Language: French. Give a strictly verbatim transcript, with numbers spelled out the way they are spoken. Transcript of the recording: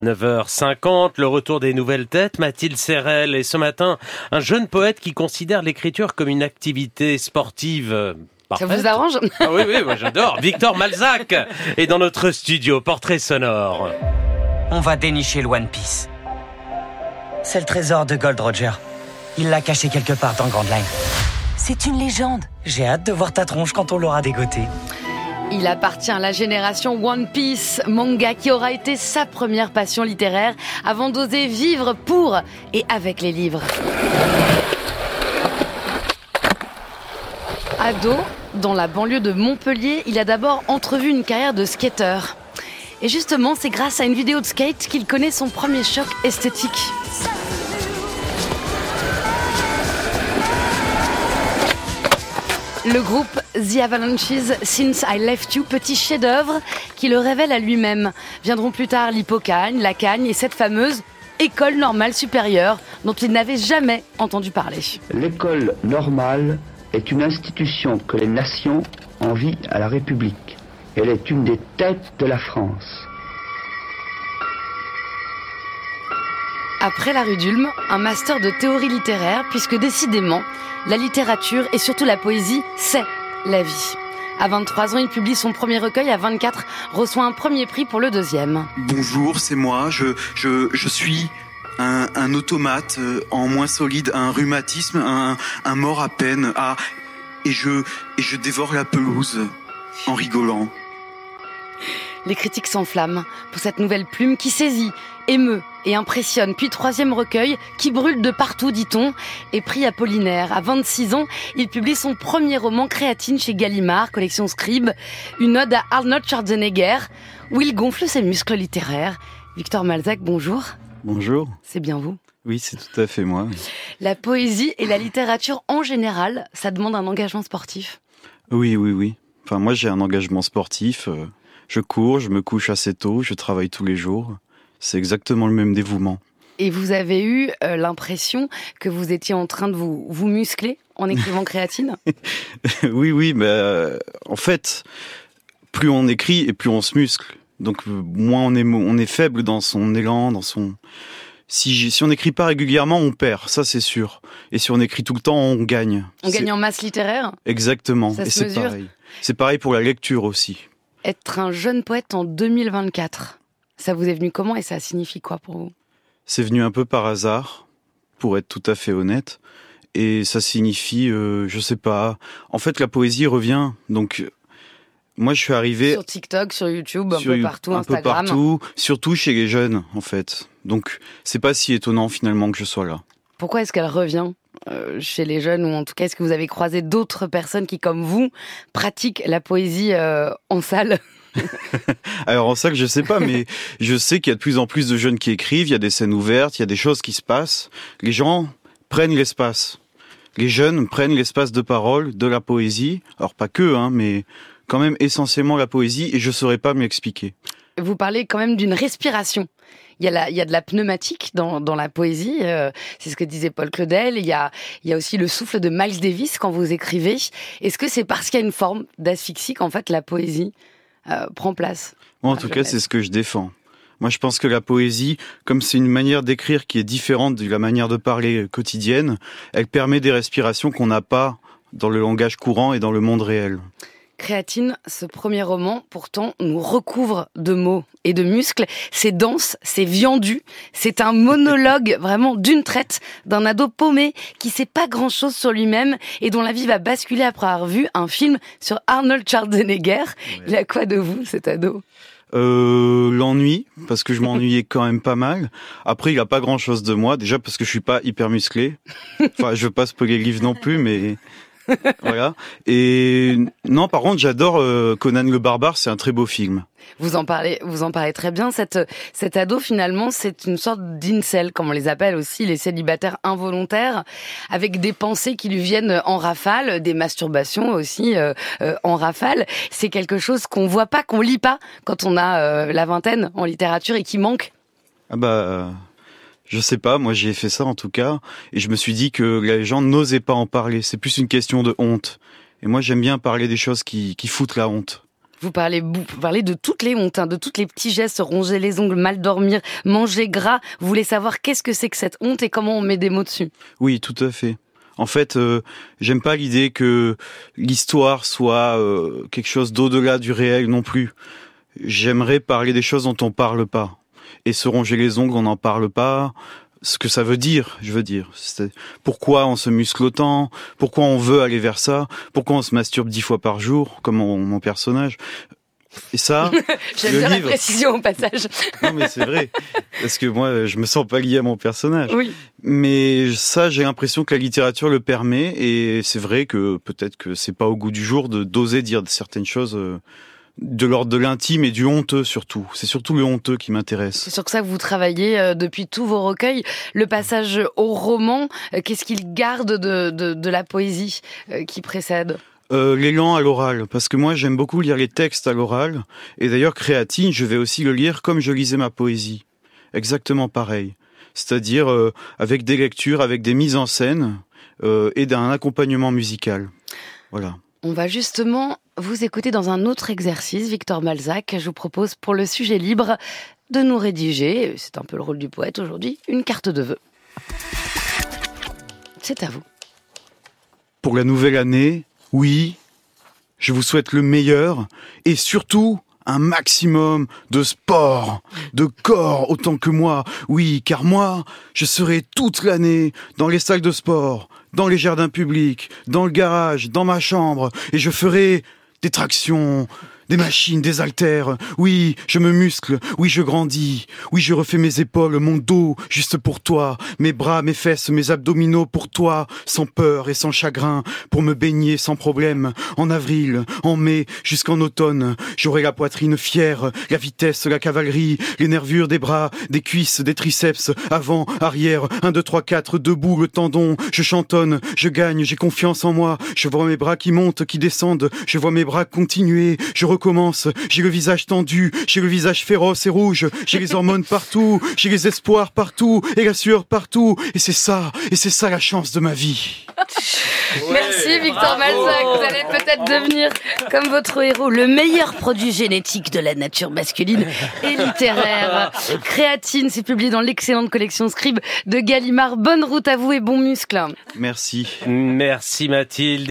neuf heures cinquante, le retour des nouvelles têtes, Mathilde Serrel, et ce matin, un jeune poète qui considère l'écriture comme une activité sportive. Parfaite. Ça vous arrange ? Ah oui, oui, moi j'adore. Victor Malzac est dans notre studio, portrait sonore. On va dénicher le One Piece. C'est le trésor de Gold Roger. Il l'a caché quelque part dans Grand Line. C'est une légende. J'ai hâte de voir ta tronche quand on l'aura dégoté. Il appartient à la génération One Piece, manga qui aura été sa première passion littéraire avant d'oser vivre pour et avec les livres. Ado, dans la banlieue de Montpellier, il a d'abord entrevu une carrière de skater. Et justement, c'est grâce à une vidéo de skate qu'il connaît son premier choc esthétique. Le groupe The Avalanches, Since I Left You, petit chef-d'œuvre qui le révèle à lui-même. Viendront plus tard l'Hippocagne, la Cagne et cette fameuse École normale supérieure dont il n'avait jamais entendu parler. L'école normale est une institution que les nations envient à la République. Elle est une des têtes de la France. Après la rue d'Ulm, un master de théorie littéraire, puisque décidément, la littérature et surtout la poésie, c'est la vie. À vingt-trois ans, il publie son premier recueil. À vingt-quatre, reçoit un premier prix pour le deuxième. Bonjour, c'est moi. Je, je, je suis un, un automate euh, en moins solide, un rhumatisme, un, un mort à peine. Ah, et je, et je dévore la pelouse en rigolant. Les critiques s'enflamment pour cette nouvelle plume qui saisit, émeut et impressionne. Puis troisième recueil qui brûle de partout, dit-on, et prix Apollinaire. À vingt-six ans, il publie son premier roman Créatine chez Gallimard, collection Scribe, une ode à Arnold Schwarzenegger, où il gonfle ses muscles littéraires. Victor Malzac, bonjour. Bonjour. C'est bien vous ? Oui, c'est tout à fait moi. La poésie et la littérature en général, ça demande un engagement sportif ? Oui, oui, oui. Enfin, moi, j'ai un engagement sportif. Euh, je cours, je me couche assez tôt, je travaille tous les jours. C'est exactement le même dévouement. Et vous avez eu euh, l'impression que vous étiez en train de vous, vous muscler en écrivant Créatine ? Oui, oui, mais euh, en fait, plus on écrit et plus on se muscle. Donc, euh, moins on est, on est faible dans son élan, dans son... Si, si on n'écrit pas régulièrement, on perd, ça c'est sûr. Et si on écrit tout le temps, on gagne. On c'est... gagne en masse littéraire ? Exactement. Ça et se c'est mesure ? pareil. C'est pareil pour la lecture aussi. Être un jeune poète en deux mille vingt-quatre, ça vous est venu comment et ça signifie quoi pour vous ? C'est venu un peu par hasard, pour être tout à fait honnête. Et ça signifie, euh, je sais pas... En fait, la poésie revient, donc... Moi, je suis arrivé... Sur TikTok, sur YouTube, un sur peu partout, un Instagram. Un peu partout, surtout chez les jeunes, en fait. Donc, c'est pas si étonnant, finalement, que je sois là. Pourquoi est-ce qu'elle revient euh, chez les jeunes, ou en tout cas, est-ce que vous avez croisé d'autres personnes qui, comme vous, pratiquent la poésie euh, en salle ? Alors, en salle, je sais pas, mais je sais qu'il y a de plus en plus de jeunes qui écrivent, il y a des scènes ouvertes, il y a des choses qui se passent. Les gens prennent l'espace. Les jeunes prennent l'espace de parole, de la poésie. Alors, pas que, hein, mais... quand même essentiellement la poésie, et je saurais pas m'expliquer. Vous parlez quand même d'une respiration. Il y a, la, il y a de la pneumatique dans, dans la poésie, euh, c'est ce que disait Paul Claudel. Il y, a, il y a aussi le souffle de Miles Davis quand vous écrivez. Est-ce que c'est parce qu'il y a une forme d'asphyxie qu'en fait la poésie euh, prend place ? Moi, en tout cas, c'est ce que je défends. Moi, je pense que la poésie, comme c'est une manière d'écrire qui est différente de la manière de parler quotidienne, elle permet des respirations qu'on n'a pas dans le langage courant et dans le monde réel. Créatine, ce premier roman, pourtant, nous recouvre de mots et de muscles. C'est dense, c'est viandu. C'est un monologue vraiment d'une traite d'un ado paumé qui sait pas grand-chose sur lui-même et dont la vie va basculer après avoir vu un film sur Arnold Schwarzenegger. Ouais. Il a quoi de vous, cet ado ? Euh, l'ennui, parce que je m'ennuyais quand même pas mal. Après, il a pas grand-chose de moi, déjà parce que je suis pas hyper musclé. Enfin, je veux pas spoiler le livre non plus, mais... Voilà. Et non, par contre, j'adore euh, Conan le Barbare, c'est un très beau film. Vous en parlez, vous en parlez très bien. Cette, cet ado, finalement, c'est une sorte d'incel, comme on les appelle aussi, les célibataires involontaires, avec des pensées qui lui viennent en rafale, des masturbations aussi euh, euh, en rafale. C'est quelque chose qu'on voit pas, qu'on lit pas quand on a euh, la vingtaine en littérature et qui manque. Ah bah... Euh... Je sais pas, moi j'ai fait ça en tout cas, et je me suis dit que les gens n'osaient pas en parler, c'est plus une question de honte. Et moi j'aime bien parler des choses qui, qui foutent la honte. Vous parlez, vous parlez de toutes les hontes, hein, de tous les petits gestes, ronger les ongles, mal dormir, manger gras. Vous voulez savoir qu'est-ce que c'est que cette honte et comment on met des mots dessus? Oui, tout à fait. En fait, euh, j'aime pas l'idée que l'histoire soit euh, quelque chose d'au-delà du réel non plus. J'aimerais parler des choses dont on parle pas. Et se ronger les ongles, on n'en parle pas. Ce que ça veut dire, je veux dire. C'est pourquoi on se muscle autant, pourquoi on veut aller vers ça, pourquoi on se masturbe dix fois par jour, comme mon, mon personnage. Et ça, j'aime le bien livre... la précision au passage. Non mais c'est vrai, parce que moi je me sens pas lié à mon personnage. Oui. Mais ça, j'ai l'impression que la littérature le permet, et c'est vrai que peut-être que c'est pas au goût du jour de d'oser dire certaines choses euh, de l'ordre de l'intime et du honteux surtout. C'est surtout le honteux qui m'intéresse. C'est sur ça que vous travaillez euh, depuis tous vos recueils. Le passage au roman, euh, qu'est-ce qu'il garde de, de, de la poésie euh, qui précède ? Euh, l'élan à l'oral, parce que moi j'aime beaucoup lire les textes à l'oral, et d'ailleurs Créatine, je vais aussi le lire comme je lisais ma poésie, exactement pareil, c'est-à-dire euh, avec des lectures, avec des mises en scène euh, et d'un accompagnement musical. Voilà. On va justement vous écouter dans un autre exercice, Victor Malzac. Je vous propose pour le sujet libre de nous rédiger, c'est un peu le rôle du poète aujourd'hui, une carte de vœux. C'est à vous. Pour la nouvelle année, oui, je vous souhaite le meilleur et surtout un maximum de sport, de corps autant que moi. Oui, car moi, je serai toute l'année dans les salles de sport, dans les jardins publics, dans le garage, dans ma chambre, et je ferai des tractions, des machines, des haltères. Oui, je me muscle, oui, je grandis, oui, je refais mes épaules, mon dos, juste pour toi, mes bras, mes fesses, mes abdominaux pour toi, sans peur et sans chagrin, pour me baigner sans problème, en avril, en mai, jusqu'en automne. J'aurai la poitrine fière, la vitesse, la cavalerie, les nervures des bras, des cuisses, des triceps, avant, arrière, un, deux, trois, quatre, debout, le tendon, je chantonne, je gagne, j'ai confiance en moi, je vois mes bras qui montent, qui descendent, je vois mes bras continuer, je commence, j'ai le visage tendu, j'ai le visage féroce et rouge, j'ai les hormones partout, j'ai les espoirs partout, et la sueur partout, et c'est ça, et c'est ça la chance de ma vie. Ouais, merci Victor Malzac, vous allez peut-être devenir comme votre héros, le meilleur produit génétique de la nature masculine et littéraire. Créatine, c'est publié dans l'excellente collection Scribe de Gallimard. Bonne route à vous et bon muscle. Merci. Merci Mathilde.